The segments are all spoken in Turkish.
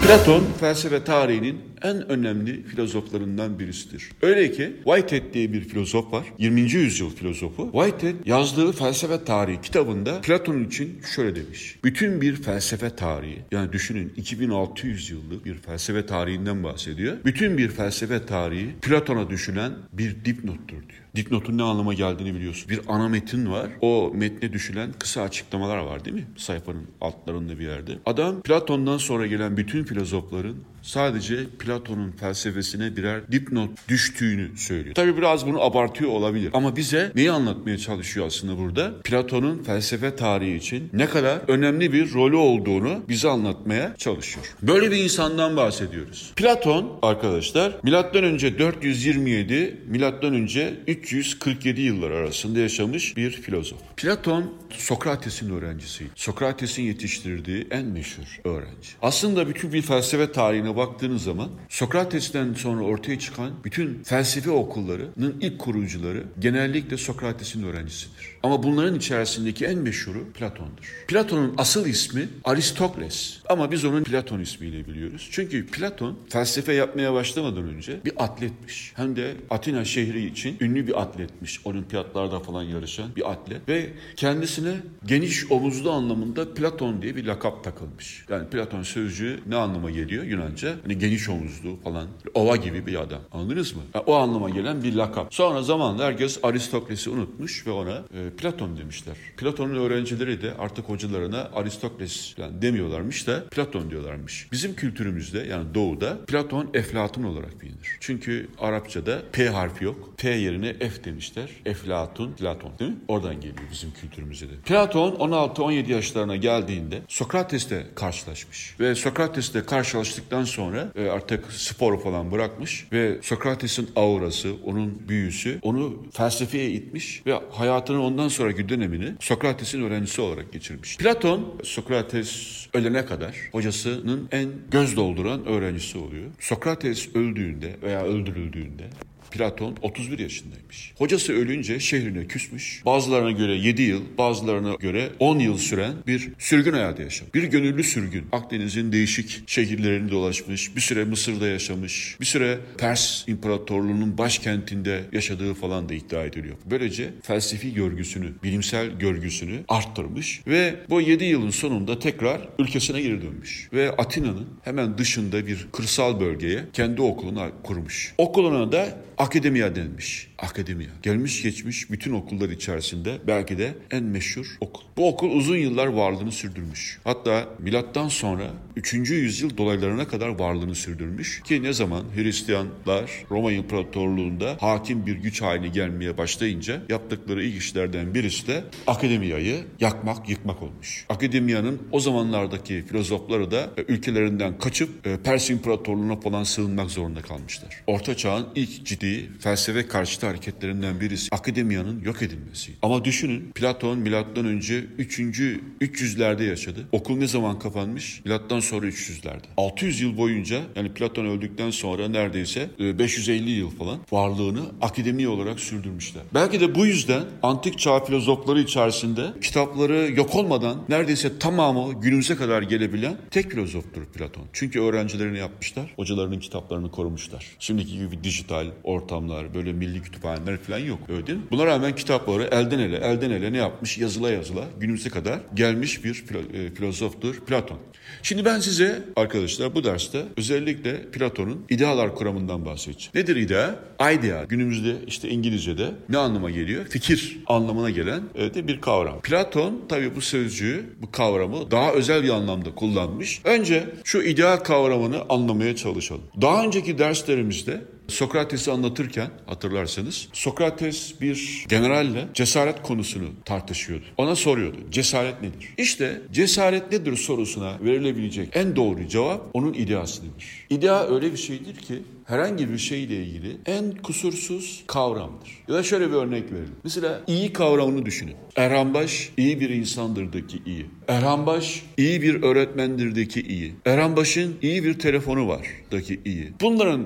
Platon felsefe tarihinin en önemli filozoflarından birisidir. Öyle ki Whitehead diye bir filozof var. 20. yüzyıl filozofu. Whitehead yazdığı felsefe tarihi kitabında Platon için şöyle demiş. Bütün bir felsefe tarihi, yani düşünün 2600 yıllık bir felsefe tarihinden bahsediyor. Bütün bir felsefe tarihi Platon'a düşülen bir dipnottur diyor. Dipnotun ne anlama geldiğini biliyorsun. Bir ana metin var. O metne düşülen kısa açıklamalar var değil mi? Sayfanın altlarında bir yerde. Adam Platon'dan sonra gelen bütün filozofların sadece Platon'un felsefesine birer dipnot düştüğünü söylüyor. Tabii biraz bunu abartıyor olabilir. Ama bize neyi anlatmaya çalışıyor aslında burada? Platon'un felsefe tarihi için ne kadar önemli bir rolü olduğunu bize anlatmaya çalışıyor. Böyle bir insandan bahsediyoruz. Platon arkadaşlar milattan önce 427, milattan önce 347 yıllar arasında yaşamış bir filozof. Platon Sokrates'in öğrencisiydi. Sokrates'in yetiştirdiği en meşhur öğrenci. Aslında bütün bir felsefe tarihine baktığınız zaman Sokrates'ten sonra ortaya çıkan bütün felsefe okullarının ilk kurucuları genellikle Sokrates'in öğrencisidir. Ama bunların içerisindeki en meşhuru Platon'dur. Platon'un asıl ismi Aristokles. Ama biz onun Platon ismiyle biliyoruz. Çünkü Platon felsefe yapmaya başlamadan önce bir atletmiş. Hem de Atina şehri için ünlü bir atletmiş. Olimpiyatlarda falan yarışan bir atlet. Ve kendisine geniş omuzlu anlamında Platon diye bir lakap takılmış. Yani Platon sözcüğü ne anlama geliyor Yunanca? Hani geniş omuzlu falan. Ova gibi bir adam. Anladınız mı? Yani o anlama gelen bir lakap. Sonra zamanla herkes Aristokles'i unutmuş ve ona Platon demişler. Platon'un öğrencileri de artık hocalarına Aristokles yani demiyorlarmış da Platon diyorlarmış. Bizim kültürümüzde yani doğuda Platon Eflatun olarak bilinir. Çünkü Arapçada P harfi yok. P yerine F demişler. Eflatun, Platon değil mi? Oradan geliyor bizim kültürümüzde de. Platon 16-17 yaşlarına geldiğinde Sokrates'le karşılaşmış. Ve Sokrates'le karşılaştıktan sonra artık sporu falan bırakmış ve Sokrates'in aurası, onun büyüsü onu felsefeye itmiş ve hayatının ondan sonraki dönemini Sokrates'in öğrencisi olarak geçirmiş. Platon, Sokrates ölene kadar hocasının en göz dolduran öğrencisi oluyor. Sokrates öldüğünde veya öldürüldüğünde Platon 31 yaşındaymış. Hocası ölünce şehrine küsmüş. Bazılarına göre 7 yıl, bazılarına göre 10 yıl süren bir sürgün hayatı yaşamış. Bir gönüllü sürgün. Akdeniz'in değişik şehirlerini dolaşmış. Bir süre Mısır'da yaşamış. Bir süre Pers İmparatorluğu'nun başkentinde yaşadığı falan da iddia ediliyor. Böylece felsefi görgüsünü, bilimsel görgüsünü arttırmış ve bu 7 yılın sonunda tekrar ülkesine geri dönmüş. Ve Atina'nın hemen dışında bir kırsal bölgeye kendi okulunu kurmuş. Okuluna da Akademiya denmiş. Akademiya. Gelmiş geçmiş bütün okullar içerisinde belki de en meşhur okul. Bu okul uzun yıllar varlığını sürdürmüş. Hatta milattan sonra 3. yüzyıl dolaylarına kadar varlığını sürdürmüş. Ki ne zaman Hristiyanlar Roma İmparatorluğu'nda hakim bir güç haline gelmeye başlayınca yaptıkları ilk işlerden birisi de Akademiya'yı yakmak, yıkmak olmuş. Akademiyanın o zamanlardaki filozofları da ülkelerinden kaçıp Pers İmparatorluğu'na falan sığınmak zorunda kalmışlar. Orta Çağ'ın ilk ciddi felsefe karşıtı hareketlerinden birisi Akademiyanın yok edilmesi. Ama düşünün Platon milattan önce 300'lerde yaşadı. Okul ne zaman kapanmış? Milattan sonra 300'lerde. 600 yıl boyunca yani Platon öldükten sonra neredeyse 550 yıl falan varlığını akademi olarak sürdürmüşler. Belki de bu yüzden antik çağ filozofları içerisinde kitapları yok olmadan neredeyse tamamı günümüze kadar gelebilen tek filozoftur Platon. Çünkü öğrencilerini yapmışlar, hocalarının kitaplarını korumuşlar. Şimdiki gibi dijital ortamlar, böyle milli kütüphaneler falan yok. Öyle değil mi? Buna rağmen kitapları elden ele ne yapmış? Yazıla günümüze kadar gelmiş bir filozoftur Platon. Şimdi ben size arkadaşlar bu derste özellikle Platon'un idealar kuramından bahsedeceğim. Nedir idea? Idea. Günümüzde işte İngilizce'de ne anlama geliyor? Fikir anlamına gelen de bir kavram. Platon tabii bu sözcüğü, bu kavramı daha özel bir anlamda kullanmış. Önce şu ideal kavramını anlamaya çalışalım. Daha önceki derslerimizde Sokrates'i anlatırken hatırlarsanız Sokrates bir generalle cesaret konusunu tartışıyordu. Ona soruyordu. Cesaret nedir? İşte cesaret nedir sorusuna verilebilecek en doğru cevap onun ideasıdır. İdea öyle bir şeydir ki herhangi bir şeyle ilgili en kusursuz kavramdır. Ya da şöyle bir örnek verelim. Mesela iyi kavramını düşünün. Erhan Baş iyi bir insandırdaki iyi. Erhan Baş iyi bir öğretmendirdeki iyi. Erhan Baş'ın iyi bir telefonu vardaki iyi. Bunların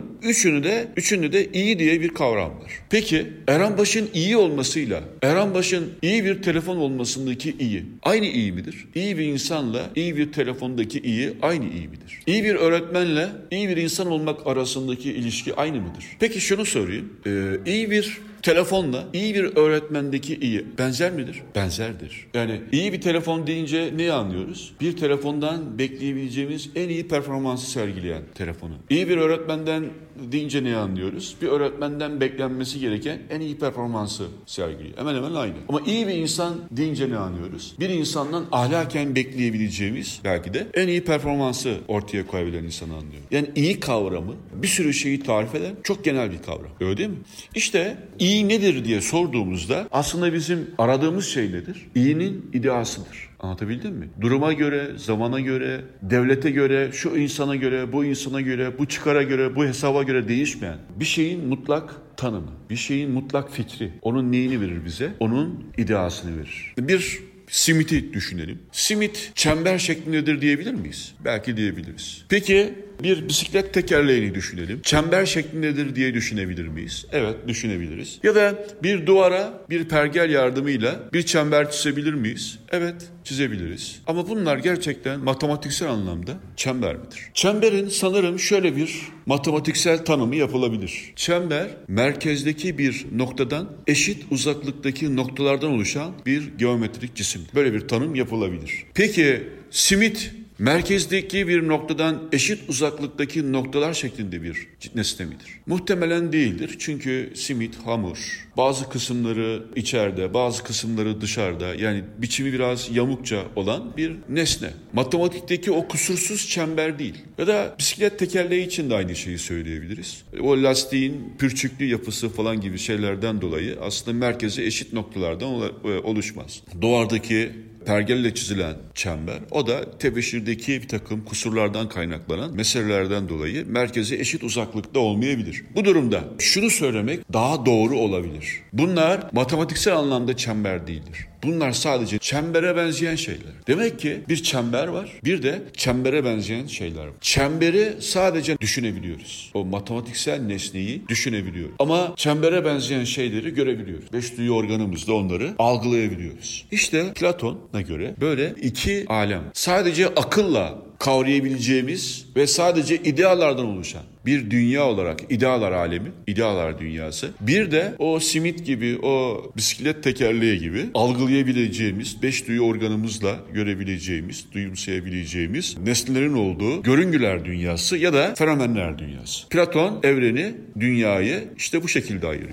üçünü de iyi diye bir kavram var. Peki Erhan Baş'ın iyi olmasıyla Erhan Baş'ın iyi bir telefon olmasındaki iyi aynı iyi midir? İyi bir insanla iyi bir telefondaki iyi aynı iyi midir? İyi bir öğretmenle iyi bir insan olmak arasındaki ilişki aynı mıdır? Peki şunu sorayım. İyi bir telefonla iyi bir öğretmendeki iyi benzer midir? Benzerdir. Yani iyi bir telefon deyince neyi anlıyoruz? Bir telefondan bekleyebileceğimiz en iyi performansı sergileyen telefonu. İyi bir öğretmenden deyince neyi anlıyoruz? Bir öğretmenden beklenmesi gereken en iyi performansı sergiliyor. Hemen hemen aynı. Ama iyi bir insan deyince ne anlıyoruz? Bir insandan ahlaken bekleyebileceğimiz belki de en iyi performansı ortaya koyabilen insanı anlıyoruz. Yani iyi kavramı bir sürü şeyi tarif eden çok genel bir kavram. Öyle değil mi? İşte İyi nedir diye sorduğumuzda aslında bizim aradığımız şey nedir? İyinin ideasıdır. Anlatabildim mi? Duruma göre, zamana göre, devlete göre, şu insana göre, bu insana göre, bu çıkara göre, bu hesaba göre değişmeyen bir şeyin mutlak tanımı, bir şeyin mutlak fikri. Onun neyini verir bize? Onun ideasını verir. Bir simiti düşünelim. Simit çember şeklindedir diyebilir miyiz? Belki diyebiliriz. Peki bir bisiklet tekerleğini düşünelim. Çember şeklindedir diye düşünebilir miyiz? Evet, düşünebiliriz. Ya da bir duvara bir pergel yardımıyla bir çember çizebilir miyiz? Evet, çizebiliriz. Ama bunlar gerçekten matematiksel anlamda çember midir? Çemberin sanırım şöyle bir matematiksel tanımı yapılabilir. Çember, merkezdeki bir noktadan eşit uzaklıktaki noktalardan oluşan bir geometrik cisim. Böyle bir tanım yapılabilir. Peki simit merkezdeki bir noktadan eşit uzaklıktaki noktalar şeklinde bir nesne midir? Muhtemelen değildir. Çünkü simit hamur. Bazı kısımları içeride, bazı kısımları dışarıda. Yani biçimi biraz yamukça olan bir nesne. Matematikteki o kusursuz çember değil. Ya da bisiklet tekerleği için de aynı şeyi söyleyebiliriz. O lastiğin pürçüklü yapısı falan gibi şeylerden dolayı aslında merkezi eşit noktalardan oluşmaz. Duvardaki pergelle çizilen çember, o da tebeşirdeki bir takım kusurlardan kaynaklanan meselelerden dolayı merkeze eşit uzaklıkta olmayabilir. Bu durumda şunu söylemek daha doğru olabilir. Bunlar matematiksel anlamda çember değildir. Bunlar sadece çembere benzeyen şeyler. Demek ki bir çember var, bir de çembere benzeyen şeyler var. Çemberi sadece düşünebiliyoruz. O matematiksel nesneyi düşünebiliyoruz. Ama çembere benzeyen şeyleri görebiliyoruz. Beş duyu organımızla onları algılayabiliyoruz. İşte Platon'a göre böyle iki alem, sadece akılla kavrayabileceğimiz ve sadece idealardan oluşan bir dünya olarak idealar alemi, idealar dünyası. Bir de o simit gibi, o bisiklet tekerleği gibi algılayabileceğimiz, beş duyu organımızla görebileceğimiz, duyumsayabileceğimiz nesnelerin olduğu görüngüler dünyası ya da fenomenler dünyası. Platon evreni, dünyayı işte bu şekilde ayırıyor.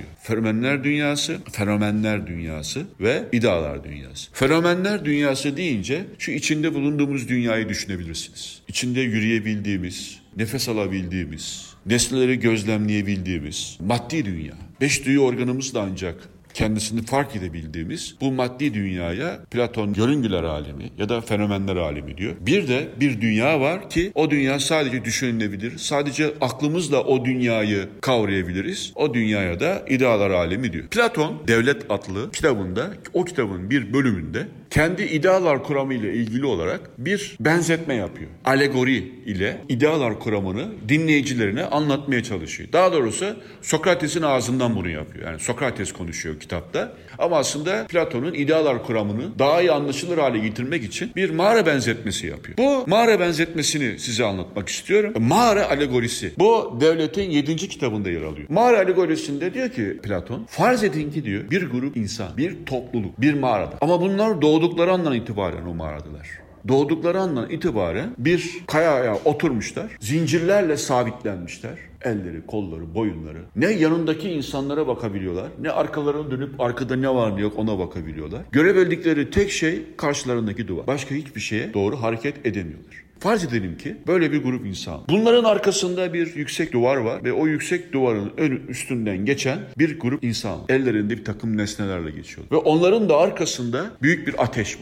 Fenomenler dünyası ve idealar dünyası. Fenomenler dünyası deyince şu içinde bulunduğumuz dünyayı düşünebilirsiniz. İçinde yürüyebildiğimiz, nefes alabildiğimiz, nesneleri gözlemleyebildiğimiz maddi dünya. Beş duyu organımızla ancak kendisini fark edebildiğimiz bu maddi dünyaya Platon görüngüler alemi ya da fenomenler alemi diyor. Bir de bir dünya var ki o dünya sadece düşünülebilir. Sadece aklımızla o dünyayı kavrayabiliriz. O dünyaya da idealar alemi diyor. Platon Devlet adlı kitabında, o kitabın bir bölümünde kendi idealar kuramı ile ilgili olarak bir benzetme yapıyor. Alegori ile idealar kuramını dinleyicilerine anlatmaya çalışıyor. Daha doğrusu Sokrates'in ağzından bunu yapıyor. Yani Sokrates konuşuyor kitapta. Ama aslında Platon'un idealar kuramını daha iyi anlaşılır hale getirmek için bir mağara benzetmesi yapıyor. Bu mağara benzetmesini size anlatmak istiyorum. Mağara alegorisi. Bu Devlet'in 7. kitabında yer alıyor. Mağara alegorisinde diyor ki Platon, farz edin ki diyor bir grup insan, bir topluluk, bir mağarada. Ama bunlar doğdukları andan itibaren o mağaradalar. Doğdukları andan itibaren bir kayaya oturmuşlar, zincirlerle sabitlenmişler. Elleri, kolları, boyunları. Ne yanındaki insanlara bakabiliyorlar, ne arkalarına dönüp arkada ne var ne yok ona bakabiliyorlar. Görebildikleri tek şey karşılarındaki duvar. Başka hiçbir şeye doğru hareket edemiyorlar. Farz edelim ki böyle bir grup insan. Bunların arkasında bir yüksek duvar var ve o yüksek duvarın üstünden geçen bir grup insan. Ellerinde bir takım nesnelerle geçiyor. Ve onların da arkasında büyük bir ateş var.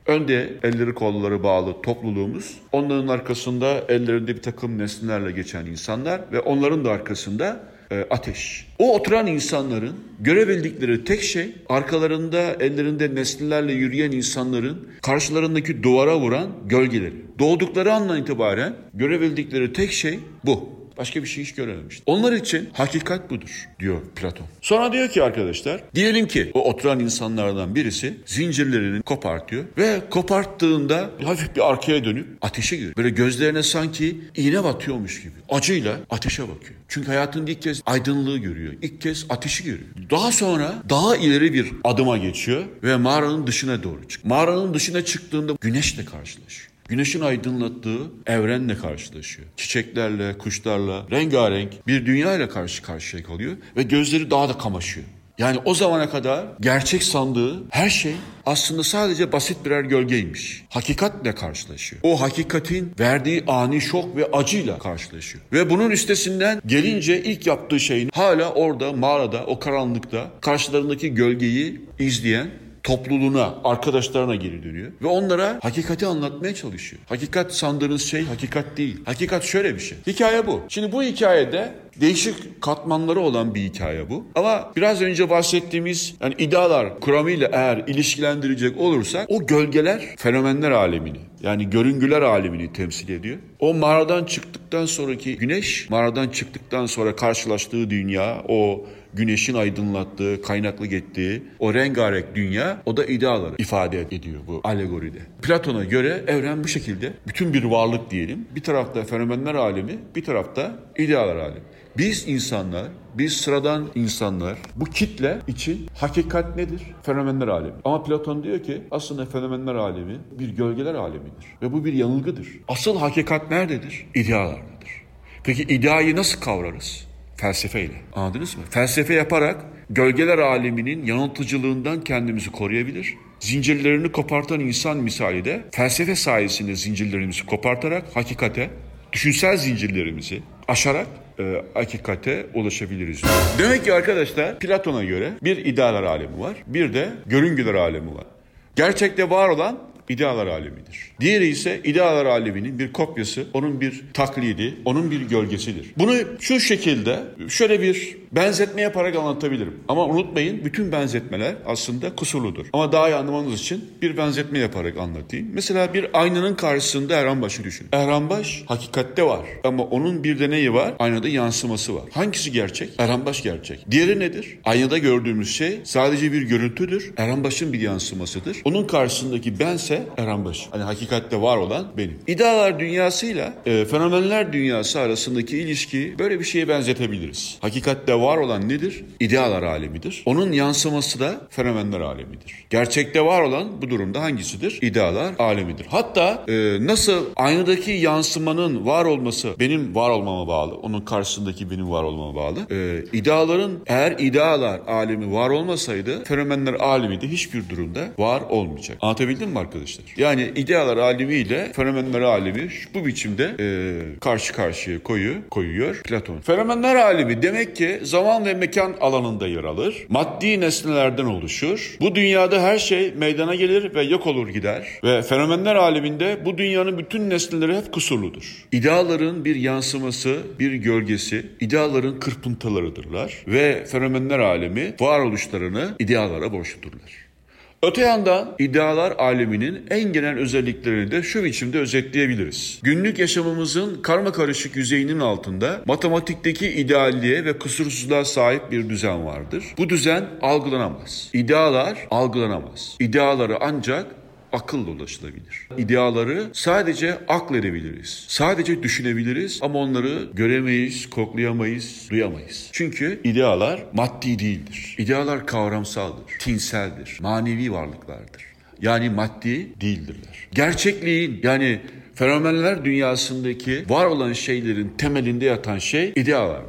Önde elleri kolları bağlı topluluğumuz, onların arkasında ellerinde bir takım nesnelerle geçen insanlar ve onların da arkasında ateş. O oturan insanların görebildikleri tek şey, arkalarında ellerinde nesnelerle yürüyen insanların karşılarındaki duvara vuran gölgeleri. Doğdukları andan itibaren görebildikleri tek şey bu. Başka bir şey hiç görememiştir. Onlar için hakikat budur diyor Platon. Sonra diyor ki arkadaşlar, diyelim ki o oturan insanlardan birisi zincirlerini kopartıyor ve koparttığında hafif bir arkaya dönüp ateşe giriyor. Böyle gözlerine sanki iğne batıyormuş gibi acıyla ateşe bakıyor. Çünkü hayatında ilk kez aydınlığı görüyor. İlk kez ateşi görüyor. Daha sonra daha ileri bir adıma geçiyor ve mağaranın dışına doğru çıkıyor. Mağaranın dışına çıktığında güneşle karşılaşıyor. Güneşin aydınlattığı evrenle karşılaşıyor. Çiçeklerle, kuşlarla, rengarenk bir dünya ile karşı karşıya kalıyor ve gözleri daha da kamaşıyor. Yani o zamana kadar gerçek sandığı her şey aslında sadece basit birer gölgeymiş. Hakikatle karşılaşıyor. O hakikatin verdiği ani şok ve acıyla karşılaşıyor. Ve bunun üstesinden gelince ilk yaptığı şeyin hala orada mağarada, o karanlıkta karşılarındaki gölgeyi izleyen topluluğuna, arkadaşlarına geri dönüyor ve onlara hakikati anlatmaya çalışıyor. Hakikat sandığınız şey hakikat değil. Hakikat şöyle bir şey. Hikaye bu. Şimdi bu hikayede değişik katmanları olan bir hikaye bu. Ama biraz önce bahsettiğimiz yani idealar kuramıyla eğer ilişkilendirecek olursak o gölgeler fenomenler alemini yani görüngüler alemini temsil ediyor. O mağaradan çıktıktan sonraki güneş, mağaradan çıktıktan sonra karşılaştığı dünya, o güneşin aydınlattığı, kaynaklık ettiği o rengarenk dünya, o da ideaları ifade ediyor bu alegoride. Platon'a göre evren bu şekilde bütün bir varlık diyelim. Bir tarafta fenomenler alemi, bir tarafta idealar alemi. Biz insanlar, biz sıradan insanlar bu kitle için hakikat nedir? Fenomenler alemi. Ama Platon diyor ki aslında fenomenler alemi bir gölgeler alemidir. Ve bu bir yanılgıdır. Asıl hakikat nerededir? İdealardadır. Peki ideayı nasıl kavrarız? Felsefeyle. Anladınız mı? Felsefe yaparak gölgeler aleminin yanıltıcılığından kendimizi koruyabilir. Zincirlerini kopartan insan misali de felsefe sayesinde zincirlerimizi kopartarak hakikate, düşünsel zincirlerimizi aşarak hakikate ulaşabiliriz. Demek ki arkadaşlar Platon'a göre bir idealar alemi var, bir de görüngüler alemi var. Gerçekte var olan idealar alemidir. Diğeri ise idealar aleminin bir kopyası, onun bir taklidi, onun bir gölgesidir. Bunu şu şekilde şöyle bir benzetme yaparak anlatabilirim. Ama unutmayın bütün benzetmeler aslında kusurludur. Ama daha iyi anlamanız için bir benzetme yaparak anlatayım. Mesela bir aynanın karşısında Ehrambaş'ı düşünün. Ehrambaş hakikatte var ama onun bir de neyi var? Aynada yansıması var. Hangisi gerçek? Ehrambaş gerçek. Diğeri nedir? Aynada gördüğümüz şey sadece bir görüntüdür. Ehrambaş'ın bir yansımasıdır. Onun karşısındaki bense Ehrambaş. Hani hakikatte var olan benim. İdealar dünyasıyla fenomenler dünyası arasındaki ilişkiyi böyle bir şeye benzetebiliriz. Hakikatte var olan nedir? İdealar alemidir. Onun yansıması da fenomenler alemidir. Gerçekte var olan bu durumda hangisidir? İdealar alemidir. Hatta nasıl aynadaki yansımanın var olması benim var olmama bağlı. Onun karşısındaki benim var olmama bağlı. İdeaların eğer idealar alemi var olmasaydı fenomenler alemi de hiçbir durumda var olmayacak. Anlatabildim mi arkadaşlar? Yani idealar alemiyle fenomenler alemi bu biçimde karşı karşıya koyuyor Platon. Fenomenler alemi demek ki zaman ve mekan alanında yer alır. Maddi nesnelerden oluşur. Bu dünyada her şey meydana gelir ve yok olur gider. Ve fenomenler aleminde bu dünyanın bütün nesneleri hep kusurludur. İdeaların bir yansıması, bir gölgesi, ideaların kırpıntılarıdırlar. Ve fenomenler alemi varoluşlarını idealara borçludurlar. Öte yandan idealar aleminin en genel özelliklerini de şu biçimde özetleyebiliriz. Günlük yaşamımızın karmakarışık yüzeyinin altında matematikteki idealliğe ve kusursuzluğa sahip bir düzen vardır. Bu düzen algılanamaz. İdealar algılanamaz. İdeaları ancak akılla ulaşılabilir. İdeaları sadece akledebiliriz. Sadece düşünebiliriz ama onları göremeyiz, koklayamayız, duyamayız. Çünkü idealar maddi değildir. İdealar kavramsaldır, tinseldir, manevi varlıklardır. Yani maddi değildirler. Gerçekliğin yani fenomenler dünyasındaki var olan şeylerin temelinde yatan şey idealardır.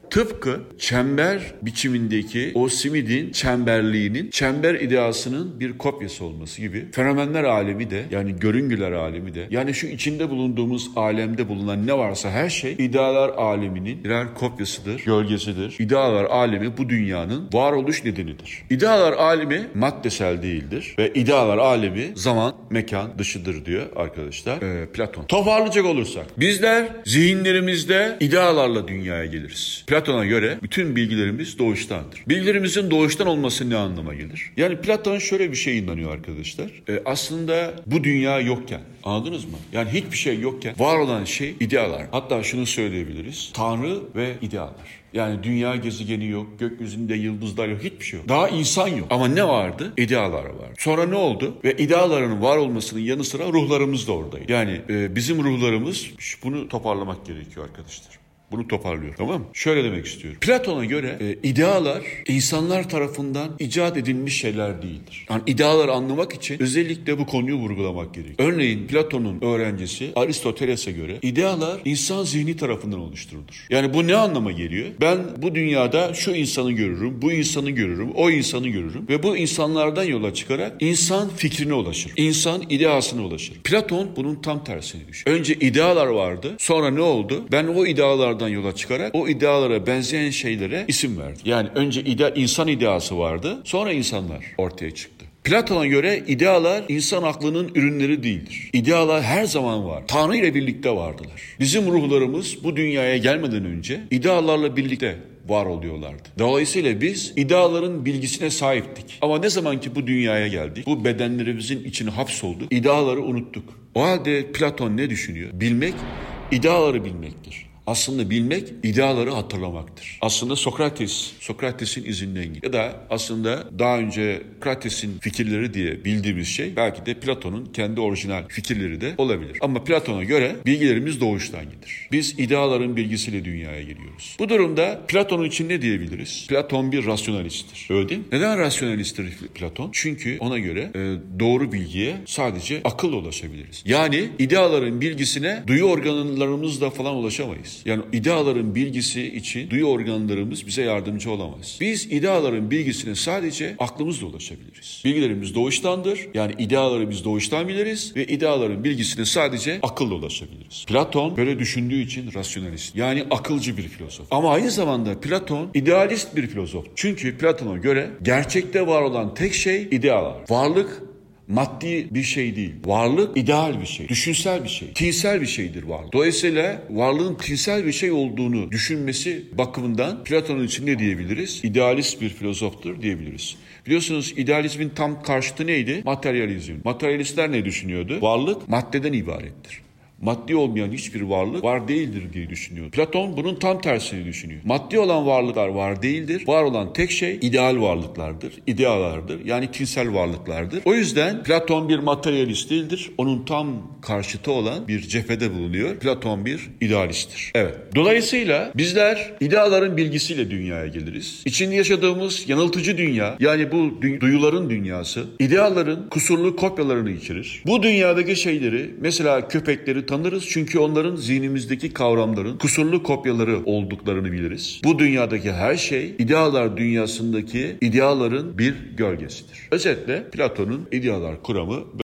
Tıpkı çember biçimindeki o simidin çemberliğinin çember ideasının bir kopyası olması gibi fenomenler alemi de, yani görüngüler alemi de, yani şu içinde bulunduğumuz alemde bulunan ne varsa her şey idealar aleminin birer kopyasıdır, gölgesidir. İdealar alemi bu dünyanın varoluş nedenidir. İdealar alemi maddesel değildir ve idealar alemi zaman, mekan dışıdır diyor arkadaşlar Platon. Toparlayacak olursak bizler zihinlerimizde idealarla dünyaya geliriz. Platon'a göre bütün bilgilerimiz doğuştandır. Bilgilerimizin doğuştan olması ne anlama gelir? Yani Platon şöyle bir şey inanıyor arkadaşlar. Aslında bu dünya yokken, anladınız mı? Yani hiçbir şey yokken var olan şey idealar. Hatta şunu söyleyebiliriz. Tanrı ve idealar. Yani dünya gezegeni yok, gökyüzünde yıldızlar yok, hiçbir şey yok. Daha insan yok. Ama ne vardı? İdealar vardı. Sonra ne oldu? Ve ideaların var olmasının yanı sıra ruhlarımız da oradaydı. Yani bizim ruhlarımız, bunu toparlamak gerekiyor arkadaşlar. Bunu toparlıyor, tamam mı? Şöyle demek istiyorum. Platon'a göre idealar insanlar tarafından icat edilmiş şeyler değildir. Yani ideaları anlamak için özellikle bu konuyu vurgulamak gerekiyor. Örneğin Platon'un öğrencisi Aristoteles'e göre idealar insan zihni tarafından oluşturulur. Yani bu ne anlama geliyor? Ben bu dünyada şu insanı görürüm, bu insanı görürüm, o insanı görürüm ve bu insanlardan yola çıkarak insan fikrine ulaşır. İnsan ideasına ulaşır. Platon bunun tam tersini düşünüyor. Önce idealar vardı, sonra ne oldu? Ben o idealar yola çıkarak o idealara benzeyen şeylere isim verdi. Yani önce insan ideası vardı, sonra insanlar ortaya çıktı. Platon'a göre idealar insan aklının ürünleri değildir. İdealar her zaman var. Tanrı ile birlikte vardılar. Bizim ruhlarımız bu dünyaya gelmeden önce idealarla birlikte var oluyorlardı. Dolayısıyla biz ideaların bilgisine sahiptik. Ama ne zaman ki bu dünyaya geldik, bu bedenlerimizin içine hapsolduk, ideaları unuttuk. O halde Platon ne düşünüyor? Bilmek, ideaları bilmektir. Aslında bilmek, ideaları hatırlamaktır. Aslında Sokrates'in izinden gidiyor. Ya da aslında daha önce Sokrates'in fikirleri diye bildiğimiz şey belki de Platon'un kendi orijinal fikirleri de olabilir. Ama Platon'a göre bilgilerimiz doğuştan gelir. Biz ideaların bilgisiyle dünyaya geliyoruz. Bu durumda Platon için ne diyebiliriz? Platon bir rasyonalisttir. Öyle değil mi? Neden rasyonalisttir Platon? Çünkü ona göre doğru bilgiye sadece akılla ulaşabiliriz. Yani ideaların bilgisine duyu organlarımızla falan ulaşamayız. Yani ideaların bilgisi için duyu organlarımız bize yardımcı olamaz. Biz ideaların bilgisine sadece aklımızla ulaşabiliriz. Bilgilerimiz doğuştandır. Yani ideaları biz doğuştan biliriz ve ideaların bilgisine sadece akılla ulaşabiliriz. Platon böyle düşündüğü için rasyonalist. Yani akılcı bir filozof. Ama aynı zamanda Platon idealist bir filozof. Çünkü Platon'a göre gerçekte var olan tek şey idealar. Varlık maddi bir şey değil. Varlık ideal bir şey. Düşünsel bir şey. Tinsel bir şeydir varlık. Dolayısıyla varlığın tinsel bir şey olduğunu düşünmesi bakımından Platon'un için ne diyebiliriz? İdealist bir filozoftur diyebiliriz. Biliyorsunuz idealizmin tam karşıtı neydi? Materyalizm. Materyalistler ne düşünüyordu? Varlık maddeden ibarettir. Maddi olmayan hiçbir varlık var değildir diye düşünüyor. Platon bunun tam tersini düşünüyor. Maddi olan varlıklar var değildir. Var olan tek şey ideal varlıklardır, idealardır. Yani tinsel varlıklardır. O yüzden Platon bir materyalist değildir. Onun tam karşıtı olan bir cephede bulunuyor. Platon bir idealisttir. Evet. Dolayısıyla bizler ideaların bilgisiyle dünyaya geliriz. İçinde yaşadığımız yanıltıcı dünya, yani bu duyuların dünyası, ideaların kusurlu kopyalarını içerir. Bu dünyadaki şeyleri, mesela köpekleri tanırız çünkü onların zihnimizdeki kavramların kusurlu kopyaları olduklarını biliriz. Bu dünyadaki her şey idealar dünyasındaki ideaların bir gölgesidir. Özetle Platon'un idealar kuramı